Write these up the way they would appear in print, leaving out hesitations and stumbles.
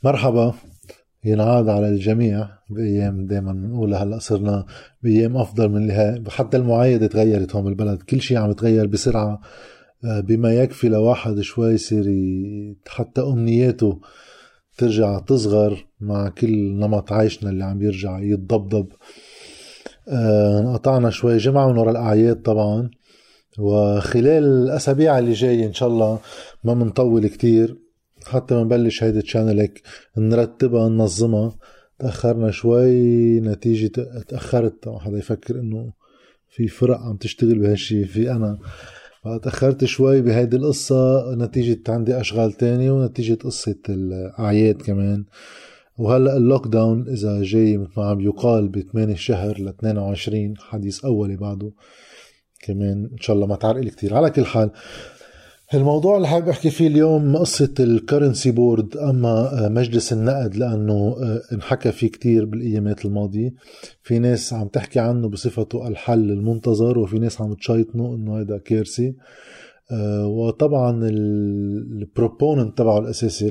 مرحبا. ينعاد على الجميع بأيام دايما بنقولها. هلأ صرنا بأيام أفضل من اللي هاي. حتى المعايدة تغيرت هون بالبلد، كل شيء عم يتغير بسرعة، بما يكفي لواحد شوي يصير حتى أمنياته ترجع تصغر مع كل نمط عيشنا اللي عم يرجع يتضبضب. انقطعنا شوي جمعة من وراء الأعياد طبعا، وخلال الأسابيع اللي جاي إن شاء الله ما منطول كتير حتى ما نبلش هيدي تشانلك نرتبها ننظمها. تأخرنا شوي نتيجة تأخرت، حدا يفكر إنه في فرق عم تشتغل بهالشي، في أنا تأخرت شوي بهيدي القصة نتيجة عندي أشغال تاني ونتيجة قصة الأعياد كمان. وهلأ اللوك داون إذا جاي مثل ما عم يقال ب8 شهر ل 22 حديث أولي بعده كمان، إن شاء الله ما تعرقل كتير. على كل حال، الموضوع اللي حابب احكي فيه اليوم قصة الكرنسي بورد، اما مجلس النقد، لانه انحكى فيه كتير بالايامات الماضية. في ناس عم تحكي عنه بصفته الحل المنتظر، وفي ناس عم تشيطنه انه هيدا كارثي. وطبعا البروبوننت تبعه الاساسي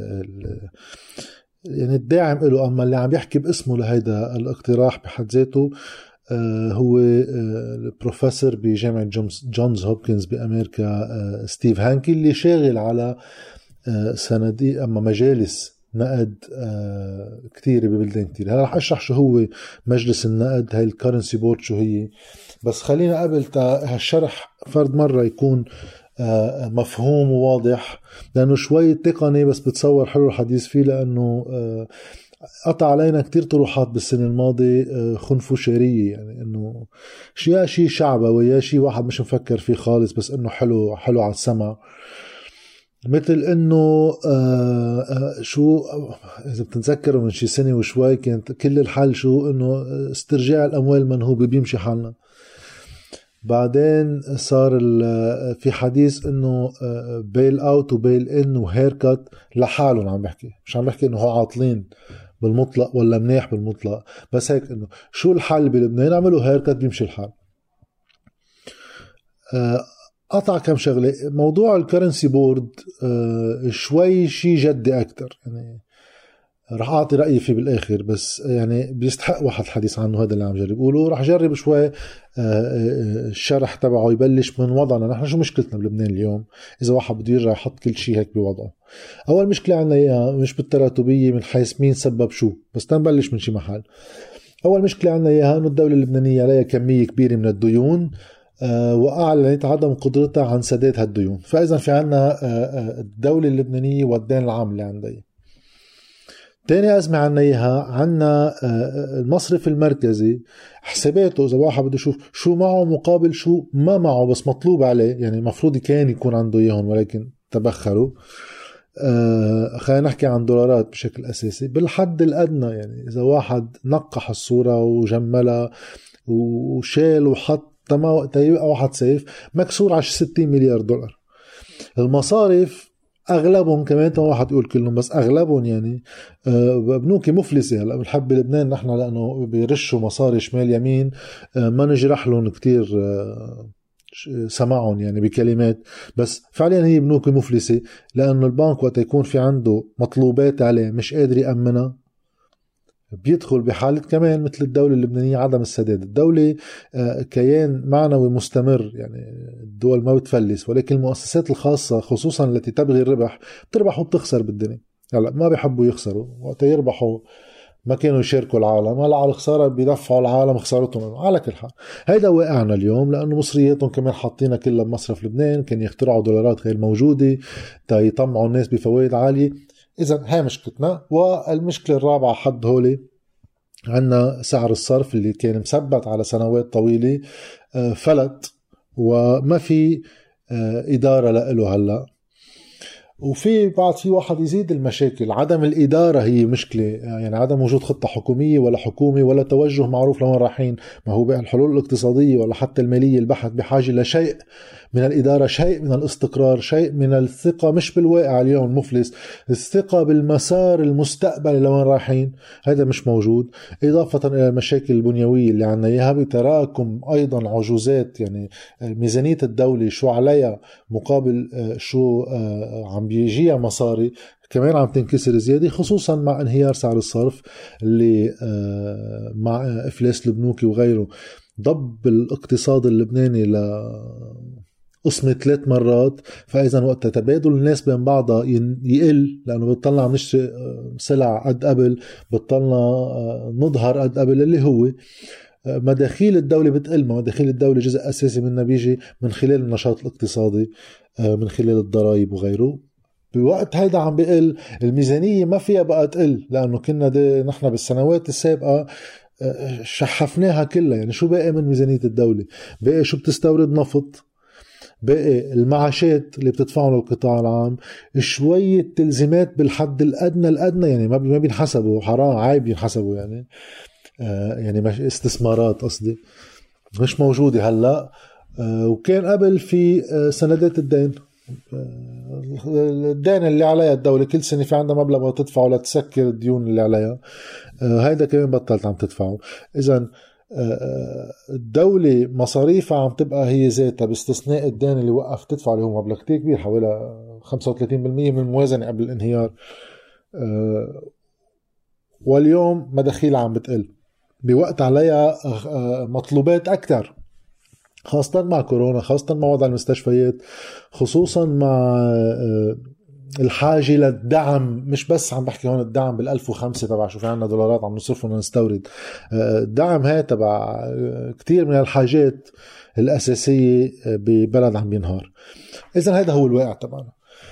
يعني الداعم له، اما اللي عم يحكي باسمه لهيدا الاقتراح بحد ذاته هو البروفيسور بجامعة جونز هوبكنز بأمريكا، ستيف هانكي، اللي شاغل على صناديق أما مجالس نقد كتير ببلدان كتير. هلا رح أشرح شو هو مجلس النقد، هاي الكرنسي بورد شو هي. بس خلينا قبل هالشرح فرد مرة يكون مفهوم وواضح، لأنه شوي تقني بس بتصور حلو الحديث فيه، لأنه قطع علينا كتير طروحات بالسنة الماضية خنفشارية، يعني انه يا شي شعبوي يا شي واحد مش مفكر فيه خالص، بس انه حلو حلو على السمع. مثل انه شو اذا بتتذكروا من شي سنة وشوي كانت كل الحل شو انه استرجاع الاموال المنهوبة بيمشي حالنا. بعدين صار في حديث انه بيل اوت وبيل ان وهير كات لحالهم. عم بحكي مش عم بحكي انه هو عاطلين بالمطلق ولا منيح بالمطلق، بس هيك انه شو الحل بلبنان، عملوا هير كات بيمشي الحال. قطع كم شغله. موضوع الكرنسي بورد شوي شي جدي اكتر، يعني رح اعطي رايي فيه بالاخر، بس يعني بيستحق واحد حديث عنه. هذا اللي عم جرب اقوله. رح جرب شوي الشرح تبعه يبلش من وضعنا نحن. شو مشكلتنا بلبنان اليوم اذا واحد بده يرجع يحط كل شيء هيك بوضعه؟ اول مشكله عنا اياها مش بالتراتبيه من حيث مين سبب شو، بس تنبلش من شي محل. اول مشكله عنا اياها انه الدوله اللبنانيه عليها كميه كبيره من الديون، واعلنت عدم قدرتها عن سداد هالديون. فاذا في عنا الدوله اللبنانيه والدين العام اللي عندها. تاني أزمة عنا إياها، عنا المصرف المركزي حساباته إذا واحد بده يشوف شو معه مقابل شو ما معه بس مطلوب عليه، يعني المفروض كان يكون عنده إياهم ولكن تبخروا. خلينا نحكي عن دولارات بشكل أساسي بالحد الأدنى. يعني إذا واحد نقح الصورة وجملها وشال وحط تما وقتها يبقى واحد سيف مكسور على 60 مليار دولار. المصارف اغلبهم كمان، ما واحد يقول كلهم بس اغلبهم، يعني بنوك مفلسه. هلا بنحب بلبنان نحن لانه بيرشوا مصاري شمال يمين، ما نجرح لهم كتير سمعهم يعني بكلمات، بس فعليا هي بنوك مفلسه، لانه البنك وقت يكون في عنده مطلوبات عليه مش قادر يأمنها بيدخل بحالة كمان مثل الدولة اللبنانية عدم السداد. الدولة كيان معنوي مستمر، يعني الدول ما بتفلس، ولكن المؤسسات الخاصة خصوصا التي تبغي الربح بتربح وبتخسر بالدنيا. هلا ما بيحبوا يخسروا، وقت يربحوا ما كانوا يشاركوا العالم، هلا على الخسارة بيدفعوا العالم خسارتهم. على كل حال هيدا واقعنا اليوم، لأنه مصرياتهم كمان حاطينها كلها بمصرف لبنان، كان يخترعوا دولارات غير موجودة تا يطمعوا الناس بفوائد عالية. إذا هاي مشكلتنا. والمشكلة الرابعة حد هولي، عنا سعر الصرف اللي كان مثبت على سنوات طويلة فلت، وما في إدارة له هلأ. وفي بعد في واحد يزيد المشاكل، عدم الإدارة هي مشكلة، يعني عدم وجود خطة حكومية ولا حكومة ولا توجه معروف لوين رايحين. ما هو بقى الحلول الاقتصادية ولا حتى المالية البحث بحاجة لشيء من الإدارة، شيء من الاستقرار، شيء من الثقة، مش بالواقع اليوم المفلس، الثقة بالمسار المستقبلي لوين رايحين. هذا مش موجود. إضافة إلى المشاكل البنيوية اللي عنا إياها بتراكم أيضا عجوزات، يعني ميزانية الدولة شو عليها مقابل شو عم عم بيجيها مصاري كمان عم تنكسر زيادة، خصوصا مع انهيار سعر الصرف اللي مع إفلاس البنوك وغيره ضب الاقتصاد اللبناني قسمة 3 مرات. فإذا وقت تبادل الناس بين بعضها يقل، لأنه بتطلع نشتري سلع قد قبل، بتطلع نظهر قد قبل، اللي هو مداخيل الدولة بتقل. مداخيل الدولة جزء أساسي منها بيجي من خلال النشاط الاقتصادي، من خلال الضرائب وغيره. بوقت هيدا عم بيقل الميزانية ما فيها بقى تقل، لأنه كنا نحن بالسنوات السابقة شحفناها كلها. يعني شو باقي من ميزانية الدولة؟ باقي شو بتستورد نفط، باقي المعاشات اللي بتدفعوا للقطاع العام، شوية تلزيمات بالحد الأدنى يعني ما بينحسبوا، حرام عيب ينحسبوا يعني مش استثمارات قصدي مش موجودة هلأ. وكان قبل في سندات الدين، الدين اللي عليها الدولة كل سنة في عندها مبلغ تدفعه لتسكر الديون اللي عليها، هيدا كمان بطلت عم تدفعه. إذن الدولة مصاريفها عم تبقى هي ذاتها باستثناء الدين اللي وقف تدفع، اللي هو مبلغ كتير كبير حوالي 35% من الموازنة قبل الانهيار. واليوم مداخيلها عم بتقل بوقت عليها مطلوبات أكتر، خاصة مع كورونا، خاصة مع وضع المستشفيات، خصوصا مع الحاجة للدعم. مش بس عم بحكي هون الدعم بال1005 تبع شو في عنا دولارات عم نصرفهم نستورد، الدعم هاي تبع كتير من الحاجات الأساسية ببلد عم بينهار. إذن هذا هو الواقع تبعنا.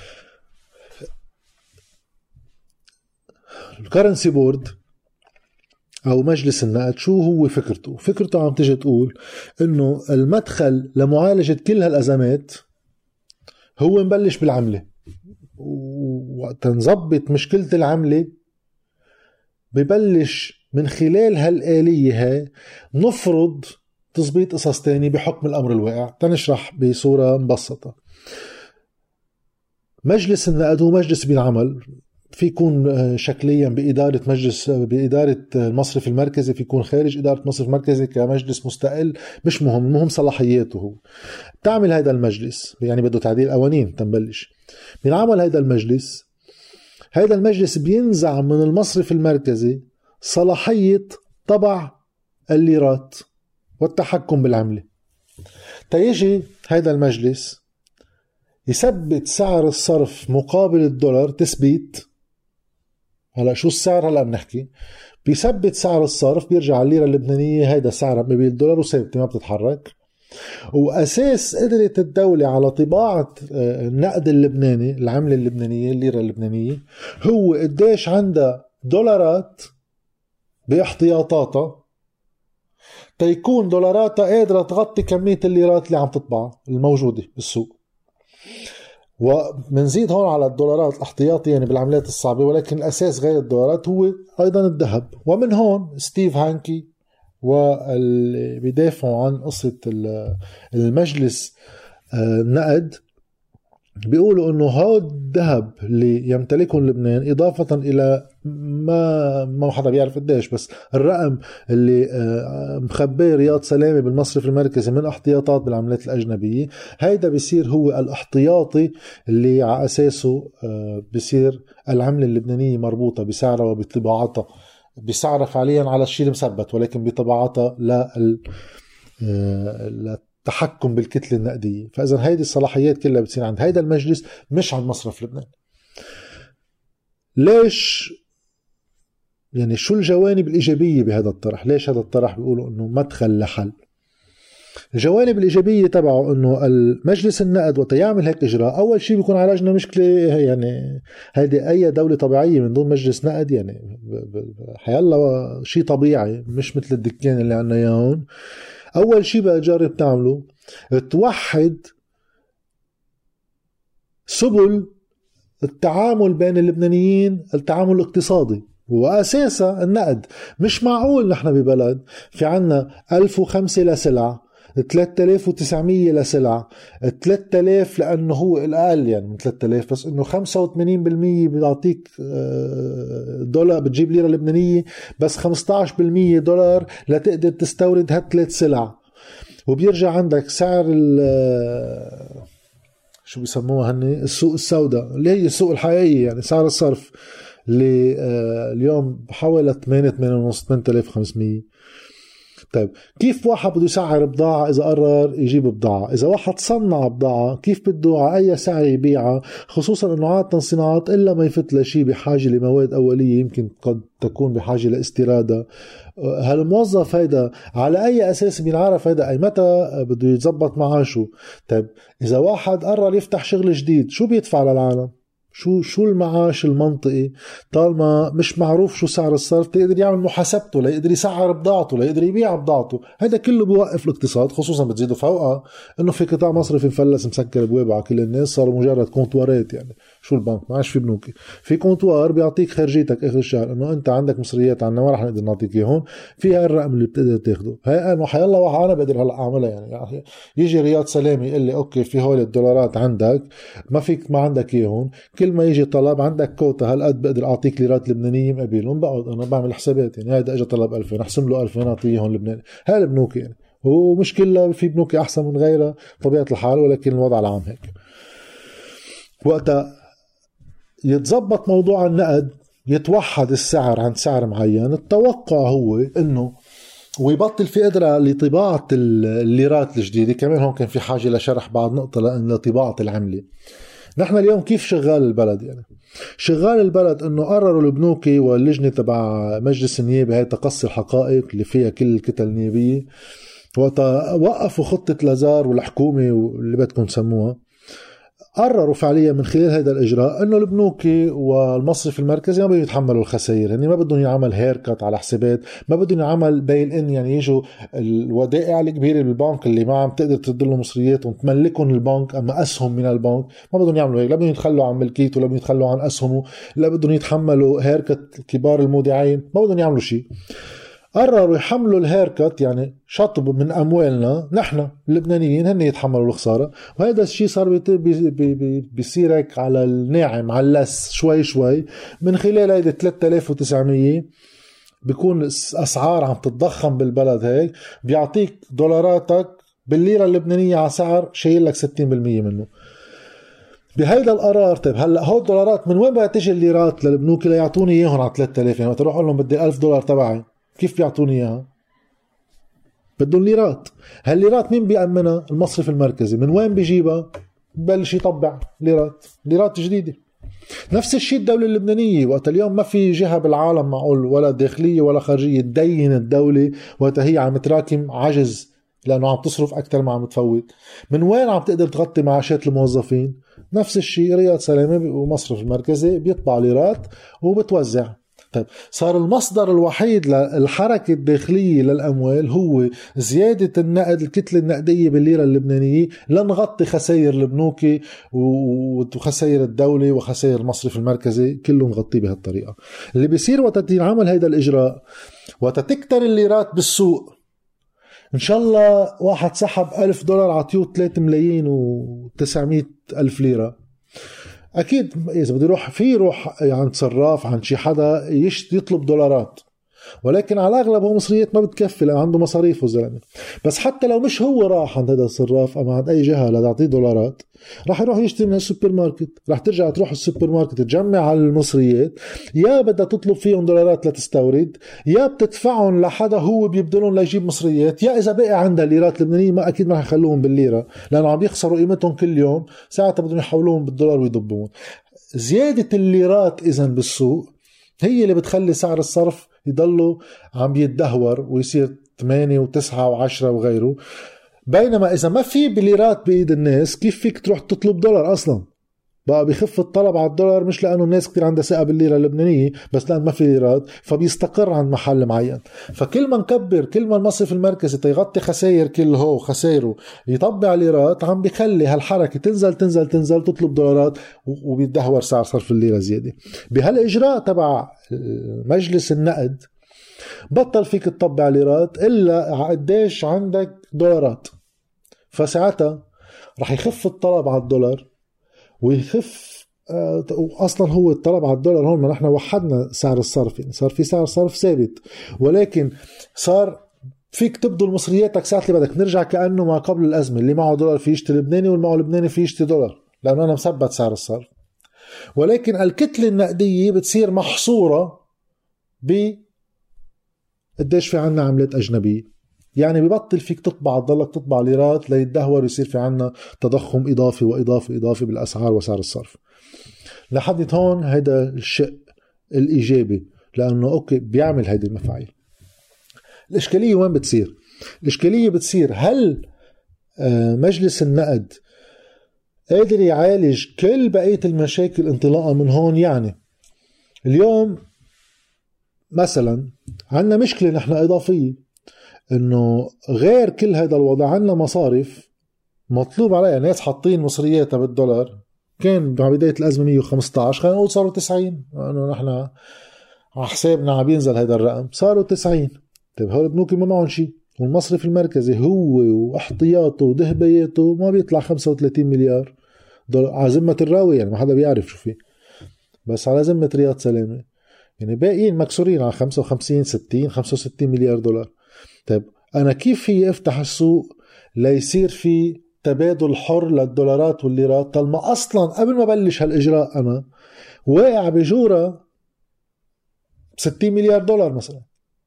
الكرنسي بورد أو مجلس النقد شو هو فكرته؟ فكرته عم تجي تقول إنه المدخل لمعالجة كل هالأزمات هو نبلش بالعملة، وقت نظبط مشكلة العملة ببلش من خلال هالآلية هاي نفرض تظبيط قصص تاني بحكم الأمر الواقع. تنشرح بصورة مبسطة. مجلس النقد هو مجلس بينعمل، في يكون شكليا بإدارة المصرف المركزي، في يكون خارج إدارة المصرف المركزي كمجلس مستقل، مش مهم صلاحياته هو. تعمل هذا المجلس يعني بده تعديل قوانين تنبلش بينعمل هذا المجلس بينزع من المصرف المركزي صلاحية طبع الليرات والتحكم بالعملة. تيجي هذا المجلس يثبت سعر الصرف مقابل الدولار تثبيت. هلا شو السعر؟ هلا بنحكي بيثبت سعر الصرف، بيرجع الليرة اللبنانية هيدا سعرها مبين الدولار وثابتة ما بتتحرك. وأساس قدرت الدولة على طباعة النقد اللبناني، العملة اللبنانية الليرة اللبنانية، هو قديش عندها دولارات باحتياطاتها تيكون دولاراتها قادرة تغطي كمية الليرات اللي عم تطبع الموجودة بالسوق. ومنزيد هون على الدولارات الاحتياطي يعني بالعملات الصعبة، ولكن الأساس غير الدولارات هو أيضا الذهب. ومن هون ستيف هانكي واللي بيدافعوا عن قصة المجلس النقد بيقولوا انه هذا الذهب اللي يمتلكه لبنان اضافة الى ما حدا بيعرف قديش، بس الرقم اللي مخبيه رياض سلامة بالمصرف المركزي من احتياطات بالعملات الاجنبية، هيدا بيصير هو الاحتياطي اللي على اساسه بيصير العملة اللبنانية مربوطة بسعرها وبطباعتها، بسعرها فعليا على الشيء المثبت، ولكن بطباعتها للتحكم بالكتلة النقدية. فإذا هيدي الصلاحيات كلها بتصير عند هيدا المجلس مش عند مصرف لبنان. ليش؟ يعني شو الجوانب الإيجابية بهذا الطرح؟ ليش هذا الطرح بيقولوا إنه مدخل لحل؟ الجوانب الإيجابية تبعه إنه المجلس النقد وقت يعمل هيك إجراء، أول شيء بيكون عالجنا مشكلة. يعني هيدي أي دولة طبيعية من دون مجلس نقد يعني حيالله شيء طبيعي، مش مثل الدكان اللي عنا ياهون. أول شيء بقى جرب تعمله توحد سبل التعامل بين اللبنانيين، التعامل الاقتصادي وأساسا النقد. مش معقول نحن ببلد في عنا 1005 لسلع، 3900 لسلع، 3000 لأنه هو الأقل يعني من 3000، بس إنه 85% بيعطيك دولار، بتجيب ليرة لبنانية، بس 15% دولار لتقدر تستورد هالثلاث سلع. وبيرجع عندك شو بيسموها هني السوق السوداء اللي هي السوق الحقيقية، يعني سعر الصرف اللي اليوم بحوالي 8,500. طيب كيف واحد بده يسعر بضاعة إذا قرر يجيب بضاعة؟ إذا واحد صنع بضاعة كيف بده على أي سعر يبيعها؟ خصوصا أنه عادة صناعات إلا ما يفت لشي بحاجة لمواد أولية يمكن قد تكون بحاجة لاستيرادها. هالموظف هيدا على أي أساس بينعرف هيدا أي متى بده يتزبط معاشه؟ طيب إذا واحد قرر يفتح شغل جديد شو بيدفع للعالم؟ شو المعاش المنطقي طالما مش معروف شو سعر الصرف تقدر يعمل محاسبته ليقدر يسعر بضاعته ليقدر يبيع بضاعته؟ هذا كله بيوقف الاقتصاد، خصوصا بتزيدوا فوقها انه في قطاع مصرفي مفلس مسكر بوابه على كل الناس، صاروا مجرد كونتوارات. يعني شو البنك ما عادش في بنوك، في كونتوار بيعطيك خرجيتك اخر الشهر انه انت عندك مصريات عنا ما رح نقدر نعطيك اياهم، في هاي الرقم اللي بتقدر تاخده. هاي انه حيالله واحد انا بقدر هلا اعملها. يعني يجي رياض سلامي يقول لي اوكي في هول الدولارات عندك ما فيك ما عندك اياهم، كل ما يجي طلب عندك كوتا هالقد بقدر اعطيك ليرات لبنانيه مقابلهم، بقعد انا بعمل حسابات. يعني هذا اجى طلب 2000 احسم له 2000 اعطيهم لبنان. هاي البنوك يعني ومشكلة في بنوك احسن من غيرها طبيعه الحال، ولكن الوضع العام هيك. وقتها يتزبط موضوع النقد يتوحد السعر عند سعر معين، التوقع هو انه ويبطل في قدرة لطباعة الليرات الجديدة. كمان هون كان في حاجة لشرح بعض نقطة لطباعة العملة. نحن اليوم كيف شغال البلد؟ يعني شغال البلد انه قرروا البنوك واللجنة تبع مجلس النيابة هي تقصي الحقائق اللي فيها كل الكتل النيابية، وقفوا خطة لازار والحكومة واللي بدكم تسموها، قرروا فعليا من خلال هذا الإجراء أنه البنوك والمصرف المركزي ما بدهم يتحملوا الخسائر. يعني ما بدهم يعمل هيركت على حسابات، ما بدهم يعمل بيل إن، يعني يجوا الودائع الكبيرة بالبنك اللي ما عم تقدر تدلوا مصرياتهم تملكهم البنك أما أسهم من البنك، ما بدهم يعملوا هيك. لا بدهم يتخلوا عن ملكيته، لا بدهم يتخلوا عن أسهمه، لا بدهم يتحملوا هيركت كبار المودعين، ما بدهم يعملوا شيء. قرروا يحملوا الهيركت، يعني شطب من أموالنا نحن اللبنانيين هن يتحملوا الخسارة. وهذا الشيء صار بيصيرك على الناعم على اللس شوي شوي من خلال هيدا 3900 بيكون أسعار عم تتضخم بالبلد هيك، بيعطيك دولاراتك بالليرة اللبنانية على سعر شايل لك 60% منه بهيدا القرار. طيب هلا هول الدولارات من وين بقى تيجي الليرات للبنوك ليعطوني اياهم على 3000؟ يعني تروح اقول لهم بدي $1000 تبعي، كيف بيعطوني اياها؟ بدهم ليرات. هالليرات مين بيأمنها؟ المصرف المركزي. من وين بيجيبها؟ ببلش يطبع ليرات جديدة. نفس الشيء الدولة اللبنانية. وقت اليوم ما في جهة بالعالم معقول ولا داخلية ولا خارجية تدين الدولة وقت هي عم تراكم عجز لأنه عم تصرف أكثر ما عم تفوت. من وين عم تقدر تغطي معاشات الموظفين؟ نفس الشيء رياض سلامة ومصرف المركزي بيطبع ليرات وبتوزع. طيب صار المصدر الوحيد للحركة الداخلية للأموال هو زيادة النقد، الكتلة النقدية بالليرة اللبنانية لنغطي خسائر البنوك وخسائر الدولة وخسائر المصرف المركزي، كله نغطيه بهالطريقة. اللي بيصير وقت ينعمل هيدا الإجراء وقت تكتر الليرات بالسوق، إن شاء الله واحد سحب $1000 عطيه 3,900,000 ليرة، أكيد إذا بده يروح عند صراف عند شي حدا يطلب دولارات، ولكن على الأغلب هو مصريات ما بتكفي لأن عنده مصاريفه زلمة. بس حتى لو مش هو راح عند هذا الصراف أما عند أي جهة لتعطيه دولارات، راح يروح يشتري من السوبر ماركت. راح ترجع تروح السوبر ماركت تجمع على المصريات، يا بدها تطلب فيهم دولارات لتستورد، يا بتدفعهم لحدا هو بيبدلهم ليجيب مصريات، يا إذا بقى عندها ليرات لبنانية ما أكيد ما رح يخلوهم بالليرة لأنه عم يخسروا قيمتهم كل يوم، ساعتها بدهم يحولوهم بالدولار ويضبون. زيادة الليرات إذن بالسوق هي اللي بتخلي سعر الصرف يضلوا عم يتدهور ويصير 8 و9 و10 وغيره. بينما إذا ما في بليرات بإيد الناس كيف فيك تروح تطلب دولار أصلا؟ بقى بيخف الطلب على الدولار مش لأنه الناس كتير عندها ثقة بالليرة اللبنانية، بس لأن ما في ليرات فبيستقر عند محل معين. فكل ما نكبر كل ما المصرف المركزي تيغطي خسائر كل هو خسائره يطبع ليرات، عم بيخلي هالحركة تنزل تنزل تنزل تطلب دولارات وبيتدهور سعر صرف الليرة زيادة. بهالإجراء تبع مجلس النقد بطل فيك تطبع ليرات إلا قديش عندك دولارات، فساعتها رح يخف الطلب على الدولار ويخف. اصلا هو الطلب على الدولار هون ما نحن وحدنا سعر الصرف، يعني صار في سعر صرف ثابت، ولكن صار فيك تبدل مصرياتك ساعة اللي بدك. نرجع كأنه ما قبل الأزمة، اللي معه دولار في يشتري لبناني واللي معه لبناني في يشتري دولار لأنه أنا مثبت سعر الصرف، ولكن الكتلة النقدية بتصير محصورة قديش في عنا عملات أجنبية. يعني ببطل فيك تطبع، تضلك تطبع ليرات ليتدهور يصير في عنا تضخم إضافي وإضافي بالأسعار وسعر الصرف. لحد هون هيدا الشيء الإيجابي، لأنه أوكي بيعمل هيدي المفاعيل. الإشكالية وين بتصير؟ الإشكالية بتصير هل مجلس النقد قادر يعالج كل بقية المشاكل انطلاقا من هون؟ يعني اليوم مثلا عنا مشكلة نحن إضافية، إنه غير كل هذا الوضع عنا مصارف مطلوب عليها ناس حاطين مصرياتها بالدولار. كان بداية الأزمة 115، خلينا نقول صاروا 90، لأنه نحن على حسابنا عم ينزل هذا الرقم، صاروا 90. طيب هول البنوك ما معهم شيء، والمصرف المركزي هو واحتياطه وذهبياته ما بيطلع 35 مليار دولار على ذمة الراوي، يعني ما حدا بيعرف شو فيه، بس على ذمة رياض سلامة يعني باقيين مكسورين على 55 60 65 مليار دولار. طيب أنا كيف هي افتح السوق ليصير في تبادل حر للدولارات والليرات طالما أصلا قبل ما بلش هالإجراء أنا واقع بجورة 60 مليار دولار مثلا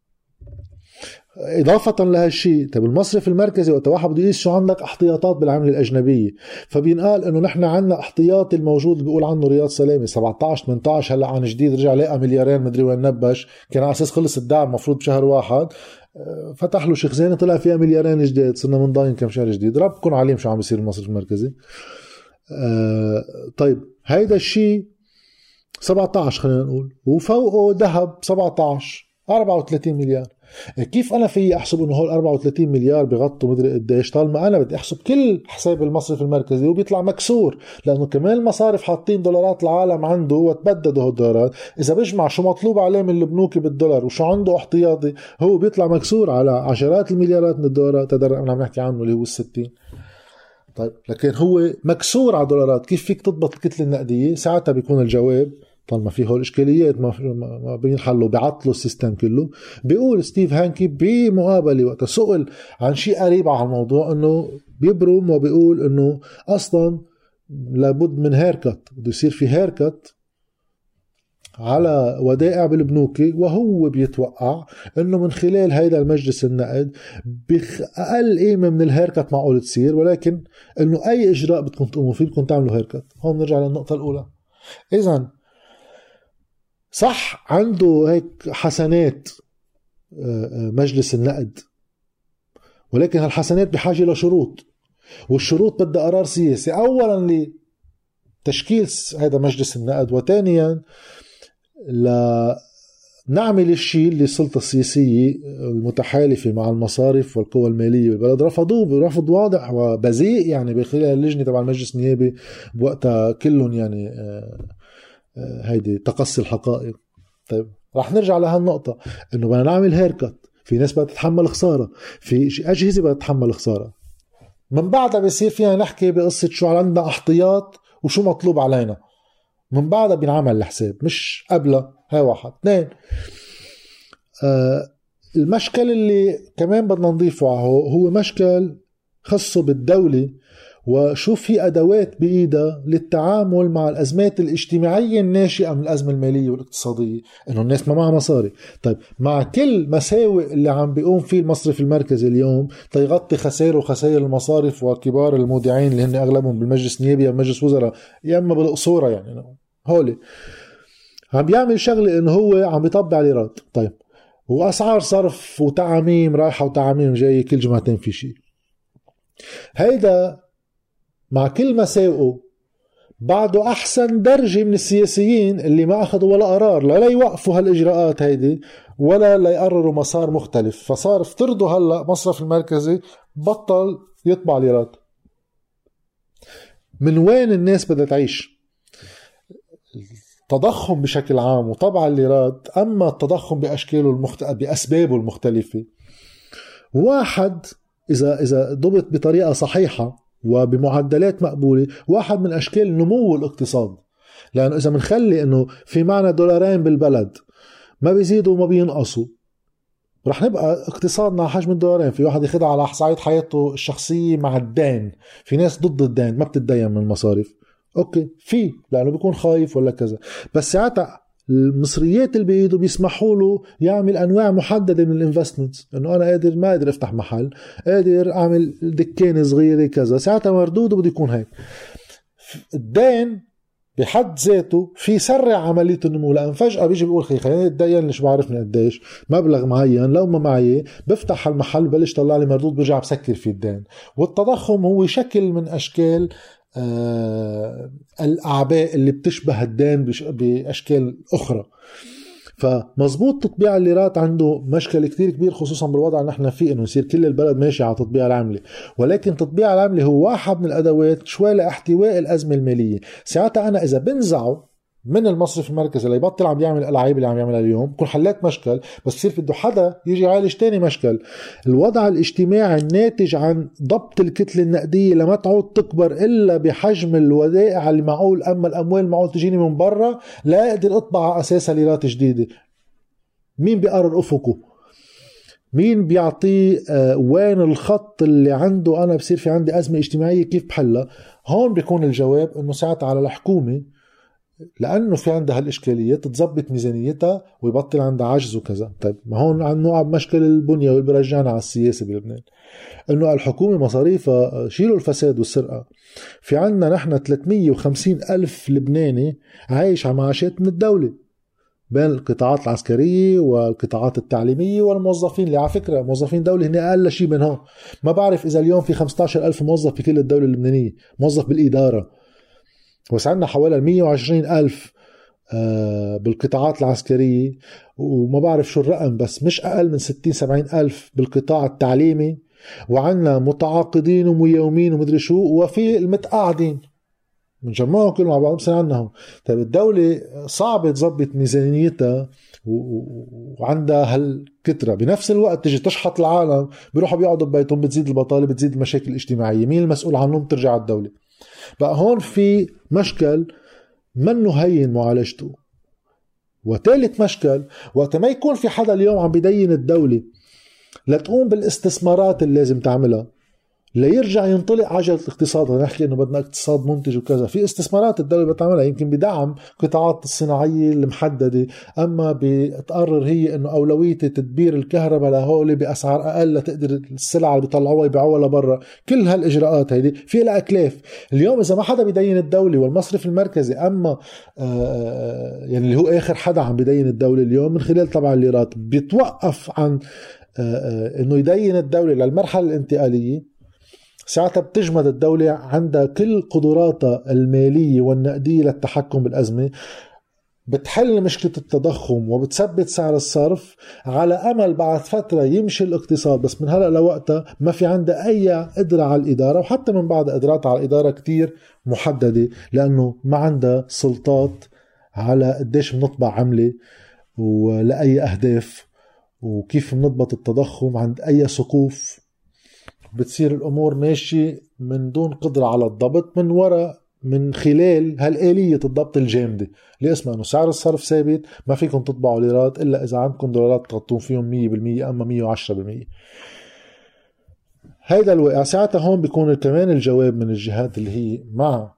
إضافة لهالشيء؟ طيب المصرف المركزي وقت واحد بده يقيس شو عندك احتياطات بالعملة الأجنبية، فبينقال إنه نحن عنا احتياطي الموجود بيقول عنه رياض سلامة 17 18، هلا عن جديد رجع لقى مليارين مدري وين نبش، كان على أساس خلص الدعم مفروض بشهر واحد، فتح له شيخ زينة طلع فيها مليارين جديد، صرنا من ضاين كم شهر جديد. ربكم عليم شو عم بيصير المصرف المركزي. طيب هيدا الشيء 17 خلينا نقول، وفوقه ذهب 17 34 مليار. كيف أنا في أحسب إنه هول 34 مليار بغطوا مدري قديش طالما أنا بدي أحسب كل حساب المصرف المركزي وبيطلع مكسور، لأنه كمان المصارف حاطين دولارات العالم عنده وتبددوا هالدولارات، إذا بيجمع شو مطلوب عليه من البنوك بالدولار وشو عنده احتياطي هو بيطلع مكسور على عشرات المليارات من الدولارات. هذا الرقم عم نحكي عنه اللي هو 60. طيب لكن هو مكسور على دولارات، كيف فيك تضبط الكتلة النقدية؟ ساعتها بيكون الجواب طالما في هول إشكاليات ما بينحلوا بيعطلوا السيستم كله. بيقول ستيف هانكي بمقابلة وقت سئل عن شيء قريب على الموضوع انه بيبرم وبيقول انه اصلا لابد من هيركت، بده يصير في هيركت على ودائع بالبنوك، وهو بيتوقع انه من خلال هيدا المجلس النقد بأقل قيمة من الهيركت معقول تصير، ولكن انه اي اجراء بدكم تقوموا فيه بدكم تعملوا هيركت. هون نرجع للنقطة الاولى. اذن صح عنده هيك حسنات مجلس النقد، ولكن هالحسنات بحاجة لشروط، والشروط بدها قرار سياسي أولا لتشكيل هذا مجلس النقد، وثانيا لنعمل الشيء اللي السلطة السياسية المتحالفة مع المصارف والقوى المالية بالبلد رفضوه برفض واضح وبذيء، يعني بخلال اللجنة تبع المجلس النيابي بوقتها كلهم يعني هيدي تقصي الحقائق. طيب رح نرجع لهالنقطة انه بدنا نعمل هيركت، في ناس بدها تتحمل خسارة، في أجهزة بدها تتحمل خسارة، من بعدها بيصير فينا نحكي بقصة شو عندنا احتياط وشو مطلوب علينا، من بعدها بينعمل الحساب مش قبلها. هاي واحد. اثنين، المشكل اللي كمان بدنا نضيفه هو مشكل خاصه بالدولة وشو في أدوات بإيدها للتعامل مع الأزمات الاجتماعية الناشئة من الأزمة المالية والاقتصادية، إنه الناس ما معها مصاري. طيب مع كل مساوئ اللي عم بيقوم فيه المصرف المركزي اليوم تيغطي خسائر وخسائر المصارف وكبار المودعين اللي هن أغلبهم بالمجلس النيابي أو مجلس وزراء يا إما بالقصورة، يعني هولي عم بيعمل شغلة إنه هو عم بيطبع ليرات. طيب وأسعار صرف وتعاميم رايحة وتعاميم جاية كل جمعتين في شيء. هيدا مع كل مساوئه بعده أحسن درجة من السياسيين اللي ما أخذوا ولا قرار لا يوقفوا هالإجراءات هيدي ولا لا يقرروا مسار مختلف. فصار افترضوا هلأ مصرف المركزي بطل يطبع ليرات. من وين الناس بدها تعيش؟ التضخم بشكل عام وطبع الليرات، أما التضخم بأشكاله بأسبابه المختلفة، واحد إذا ضبط بطريقة صحيحة وبمعدلات مقبولة واحد من أشكال نمو الاقتصاد. لأنه إذا منخلي أنه في معنا دولارين بالبلد ما بيزيدوا وما بينقصوا رح نبقى اقتصادنا حجم الدولارين. في واحد يخدع على صعيد حياته الشخصية مع الدين، في ناس ضد الدين ما بتتدين من المصارف اوكي في، لانه بيكون خايف ولا كذا، بس ساعتها المصريات اللي بايده بيسمحوا له يعمل انواع محدده من الانفستمنت، انه انا قادر ما قادر افتح محل، قادر اعمل دكانه صغيره كذا، ساعتها مردوده بده يكون هيك. الدين بحد ذاته في يسرع عمليه النمو، لان فجاه بيجي بيقول خليني اتدين ليش بعرفني قديش مبلغ معين، لو ما معي بفتح المحل بلش طلع لي مردود برجع بسكر في الدين. والتضخم هو شكل من اشكال الأعباء اللي بتشبه الدين بأشكال أخرى. فمزبوط تطبيع الليرات عنده مشكل كتير كبير، خصوصا بالوضع اللي نحن فيه انه يصير كل البلد ماشي على تطبيع العملة، ولكن تطبيع العملة هو واحد من الأدوات شوي لاحتواء الأزمة المالية. ساعتها أنا إذا بنزعه من المصرف المركزي اللي يبطل عم يعمل الألعاب اللي عم يعملها اليوم، بكون حلات مشكل، بس بصير بده حدا يجي يعالج تاني مشكل. الوضع الاجتماعي الناتج عن ضبط الكتلة النقدية لما تعود تكبر إلا بحجم الودائع المعقول، أما الأموال المعقول تجيني من برا لا أقدر أطبع على أساسها ليرات جديدة. مين بيقرر أفقه؟ مين بيعطيه وين الخط اللي عنده أنا بصير في عندي أزمة اجتماعية كيف بحلها؟ هون بيكون الجواب إنه ساعتها على الحكومة، لأنه في عندها هالإشكالية، تتظبط ميزانيتها ويبطل عندها عجز وكذا. طيب ما هون عن نوع بمشكل البنية واللي برجعنا على السياسة بلبنان، إنه الحكومة مصاريفها شيلوا الفساد والسرقة. في عندنا نحن 350 ألف لبناني عايش على معاشات من الدولة، بين القطاعات العسكرية والقطاعات التعليمية والموظفين، اللي على فكرة موظفين دولة هن أقل شيء من هون. ما بعرف إذا اليوم في 15 ألف موظف في كل الدولة اللبنانية، موظف بالإدارة، بس عندنا حوالي 120 ألف بالقطاعات العسكرية، وما بعرف شو الرقم، بس مش أقل من 60-70 ألف بالقطاع التعليمي، وعندنا متعاقدين وميومين ومدري شو، وفي المتقاعدين بنجمعهم كلهم مع بعض بصير عندنا. طيب الدولة صعبة تظبط ميزانيتها وعندها هالكترة، بنفس الوقت تجي تشحط العالم بيروحوا بيقعدوا ببيتهم، بتزيد البطالة، بتزيد المشاكل الاجتماعية. مين المسؤول عنهم؟ ترجع الدولة. بقى هون في مشكل منه هين معالجته. وثالث مشكل، وقت ما يكون في حدا اليوم عم بدين الدولة لتقوم بالاستثمارات اللي لازم تعملها ليرجع ينطلق عجلة الاقتصاد، نحكي انه بدنا اقتصاد منتج وكذا، في استثمارات الدولة بتعملها، يمكن بدعم قطاعات الصناعية المحددة، اما بتقرر هي انه اولوية تدبير الكهرباء لهول باسعار اقل لتقدر السلعة اللي بيطلعوها يبيعوها لبرا. كل هالاجراءات هيدي في لها اكلاف. اليوم اذا ما حدا بدين الدولة والمصرف المركزي، اما يعني اللي هو اخر حدا عم بدين الدولة اليوم من خلال طبع الليرات، بيتوقف عن انه يدين الدولة للمرحلة الانتقالية، ساعتها بتجمد الدولة عندها كل قدراتها المالية والنقدية للتحكم بالأزمة، بتحل مشكلة التضخم وبتثبت سعر الصرف على أمل بعد فترة يمشي الاقتصاد. بس من هلأ لوقتها ما في عندها أي قدرة على الإدارة، وحتى من بعد قدراتها على الإدارة كتير محددة، لأنه ما عندها سلطات على قديش بنطبع عملة ولأي أهداف، وكيف بنضبط التضخم عند أي سقوف. بتصير الأمور ماشي من دون قدرة على الضبط من وراء، من خلال هالآلية الضبط الجامدة اللي اسمها أنه سعر الصرف ثابت، ما فيكم تطبعوا ليرات إلا إذا عندكم دولارات تغطون فيهم 100%، أما 110%. هيدا الواقع. ساعتها هون بيكون كمان الجواب من الجهات اللي هي مع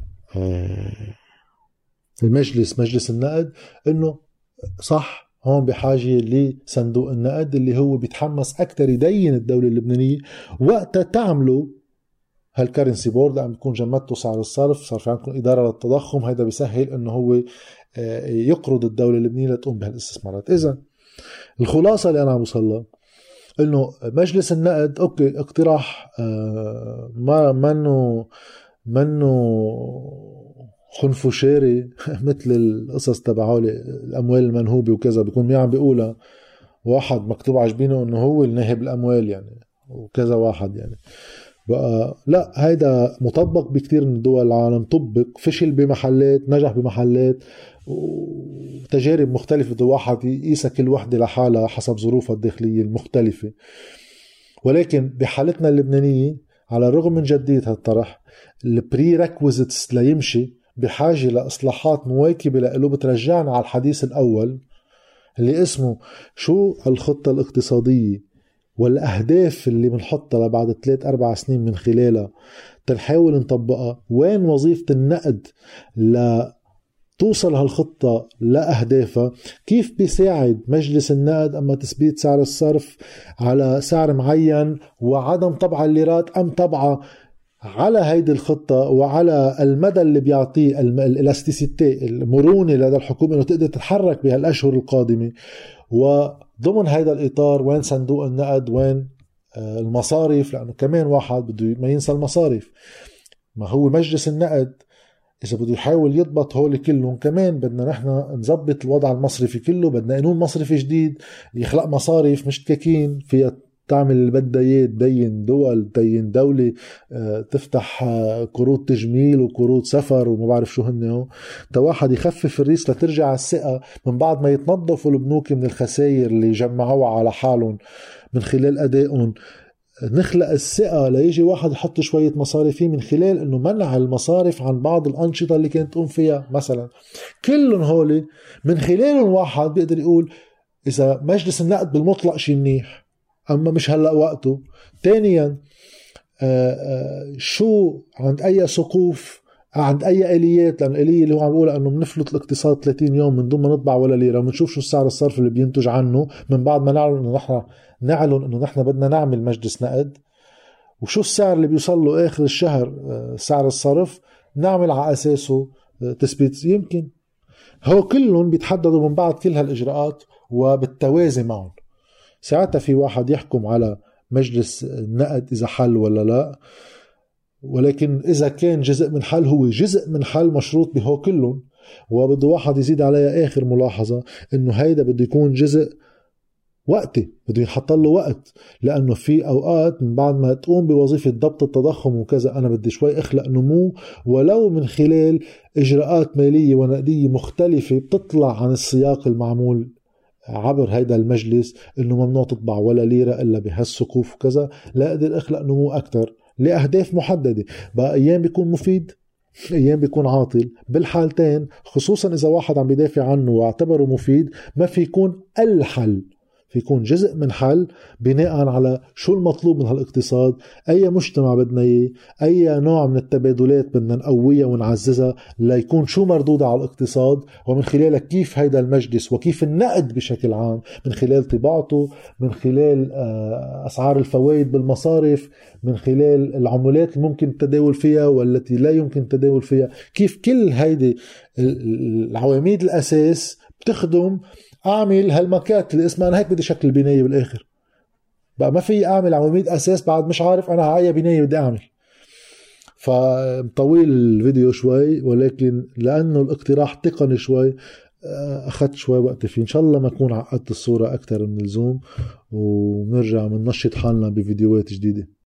مجلس النقد، إنه صح هون بحاجة لصندوق النقد اللي هو بيتحمس أكتر يدين الدولة اللبنانية وقتها تعملوا هالكرنسي بورد، عم بيكون جمدتوا سعر الصرف، صار في عندكم إدارة للتضخم، هيدا بيسهل إنه هو يقرض الدولة اللبنانية لتقوم بهالاستثمارات. إذن الخلاصة اللي أنا عم بوصلها إنه مجلس النقد أوكي اقتراح ما منه خنفشاري مثل القصص تبعولي الأموال المنهوبة وكذا، بيكون مين عم بيقولها؟ واحد مكتوب عجبينه إنه هو الناهب الأموال يعني، وكذا واحد يعني. بقى لا، هيدا مطبق بكتير من دول العالم، طبق فشل بمحلات، نجح بمحلات، وتجارب مختلفة. دو واحد يقيسها كل وحدة لحالها حسب ظروفها الداخلية المختلفة. ولكن بحالتنا اللبنانية على الرغم من جدية هالطرح، البري ريكويزيتس ليمشي بحاجة لإصلاحات مواكبة له بترجعنا على الحديث الأول اللي اسمه شو الخطة الاقتصادية والأهداف اللي بنحطها لبعد 3-4 سنين من خلالها تنحاول نطبقها، وين وظيفة النقد توصل هالخطة لأهدافها، كيف بيساعد مجلس النقد أما تثبيت سعر الصرف على سعر معين وعدم طبع الليرات أم طبعها على هيدي الخطة، وعلى المدى اللي بيعطيه الالاستيسيتي المرونة لدى الحكومة أنه تقدر تتحرك بهالأشهر القادمة. وضمن هيدا الإطار وين صندوق النقد، وين المصارف، لأنه كمان واحد بده ما ينسى المصارف. ما هو مجلس النقد إذا بده يحاول يضبط هول كلهم، كمان بدنا نحن نضبط الوضع المصرفي كله، بدنا قانون مصرفي جديد يخلق مصارف مش تكاكين فيها تعمل اللي بدها اياه، تدين دول، تدين دولة، تفتح قروض تجميل وقروض سفر وما بعرف شو هن، واحد يخفف الريس لترجع الثقة من بعد ما يتنظفوا البنوك من الخسائر اللي جمعوها على حالهم من خلال أدائهم. نخلق الثقة ليجي واحد يحط شوية مصاري فيه من خلال انه منع المصارف عن بعض الأنشطة اللي كانت تقوم فيها مثلا. كلهم هولي من خلالهم واحد بيقدر يقول إذا مجلس النقد بالمطلق شي منيح أما مش هلأ وقته. ثانيا شو عند أي سقوف، عند أي آليات، لأن الآلية اللي هو عم بيقولها أنه بنفلت الاقتصاد 30 يوم من دون ما نطبع ولا ليرة ومنشوف شو السعر الصرف اللي بينتج عنه من بعد ما نعلن أنه نحن بدنا نعمل مجلس نقد، وشو السعر اللي بيوصل له آخر الشهر سعر الصرف، نعمل على أساسه تثبيت. يمكن هو كلهم بيتحددوا من بعد كل هالإجراءات وبالتوازي معهم. ساعتها في واحد يحكم على مجلس النقد إذا حل ولا لا. ولكن إذا كان جزء من حل، هو جزء من حل مشروط به كلهم. وبده واحد يزيد عليها آخر ملاحظة، إنه هيدا بده يكون جزء وقتي، بده ينحط له وقت، لأنه في أوقات من بعد ما تقوم بوظيفة ضبط التضخم وكذا أنا بدي شوي أخلق نمو، ولو من خلال إجراءات مالية ونقدية مختلفة بتطلع عن السياق المعمول عبر هيدا المجلس، إنه ممنوع تطبع ولا ليرة إلا بهالسقوف وكذا، لا أقدر أخلق نمو أكتر لأهداف محددة. بقى أيام بيكون مفيد، أيام بيكون عاطل. بالحالتين خصوصا إذا واحد عم بيدافع عنه واعتبره مفيد، ما في يكون الحل، في يكون جزء من حل بناء على شو المطلوب من هالاقتصاد، أي مجتمع بدنا إياه، أي نوع من التبادلات بدنا نقويها ونعززها ليكون شو مردودها على الاقتصاد، ومن خلالها كيف هيدا المجلس وكيف النقد بشكل عام من خلال طباعته، من خلال أسعار الفوائد بالمصارف، من خلال العملات اللي ممكن التداول فيها والتي لا يمكن التداول فيها، كيف كل هيدي العواميد الأساس بتخدم اعمل هالمكات اللي اسمها انا هيك بدي شكل بناية بالاخر. بقى ما في اعمل عواميد اساس بعد مش عارف انا هاي بناية بدي اعمل. فطويل الفيديو شوي، ولكن لانه الاقتراح تقني شوي اخذت شوي وقت فيه. ان شاء الله ما اكون عقدت الصورة اكثر من اللزوم، ونرجع مننشط حالنا بفيديوهات جديدة.